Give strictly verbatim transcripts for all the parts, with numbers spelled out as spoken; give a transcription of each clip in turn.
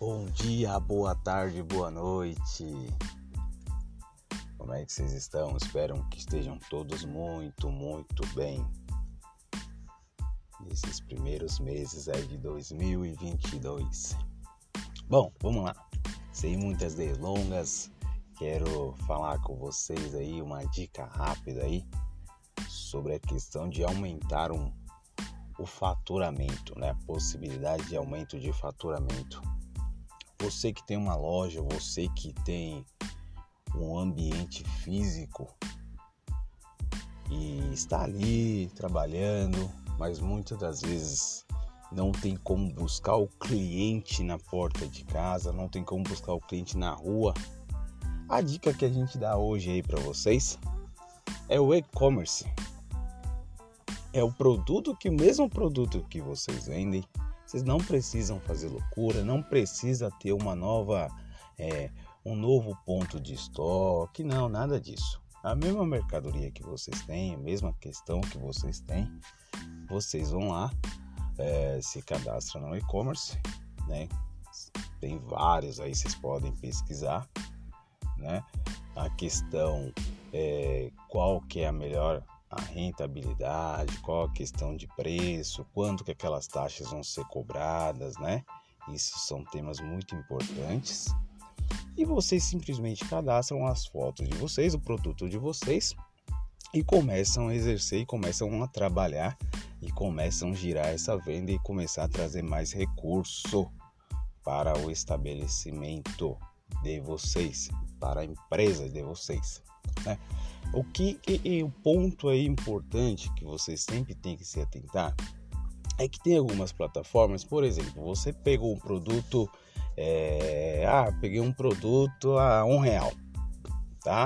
Bom dia, boa tarde, boa noite. Como é que vocês estão? Espero que estejam todos muito, muito bem nesses primeiros meses aí de dois mil e vinte e dois. Bom, vamos lá. Sem muitas delongas, quero falar com vocês aí uma dica rápida aí sobre a questão de aumentar um, o faturamento, né? A possibilidade de aumento de faturamento. Você que tem uma loja, você que tem um ambiente físico e está ali trabalhando, mas muitas das vezes não tem como buscar o cliente na porta de casa, não tem como buscar o cliente na rua. A dica que a gente dá hoje aí para vocês é o e-commerce. É o produto que, o mesmo produto que vocês vendem, vocês não precisam fazer loucura, não precisa ter uma nova, é, um novo ponto de estoque, não, nada disso. A mesma mercadoria que vocês têm, a mesma questão que vocês têm, vocês vão lá, é, se cadastram no e-commerce, né? Tem vários aí, vocês podem pesquisar, né? A questão é qual que é a melhor a rentabilidade, qual a questão de preço, quanto que aquelas taxas vão ser cobradas, né? Isso são temas muito importantes. E vocês simplesmente cadastram as fotos de vocês, o produto de vocês, e começam a exercer, e começam a trabalhar, e começam a girar essa venda e começar a trazer mais recurso para o estabelecimento de vocês, para a empresa de vocês, né? O que e, e o ponto aí importante que vocês sempre têm que se atentar é que tem algumas plataformas, por exemplo, você pegou um produto, é, ah, peguei um produto a um real, tá?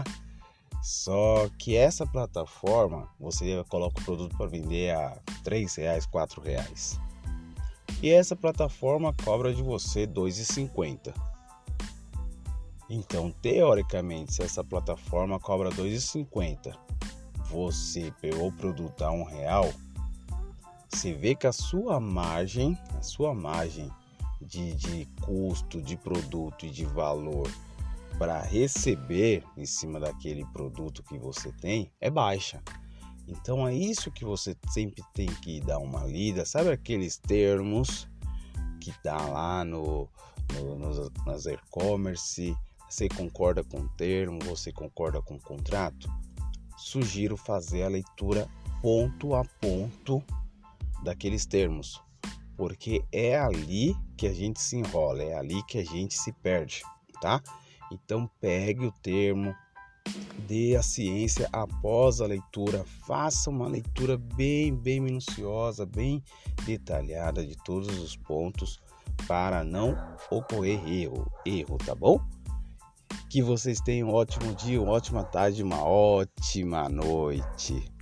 Só que essa plataforma, você coloca o produto para vender a três reais, quatro reais. E essa plataforma cobra de você dois reais e cinquenta centavos. Então, teoricamente, se essa plataforma cobra dois reais e cinquenta centavos, você pegou o produto a um real, você vê que a sua margem, a sua margem de, de custo de produto e de valor para receber em cima daquele produto que você tem é baixa. Então, é isso que você sempre tem que dar uma lida. Sabe aqueles termos que tá lá no, no, no, nas e-commerce? Você concorda com o termo, você concorda com o contrato? Sugiro fazer a leitura ponto a ponto daqueles termos, porque é ali que a gente se enrola, é ali que a gente se perde, tá? Então pegue o termo, dê a ciência após a leitura, faça uma leitura bem, bem minuciosa, bem detalhada de todos os pontos para não ocorrer erro, erro, tá bom? Que vocês tenham um ótimo dia, uma ótima tarde, uma ótima noite.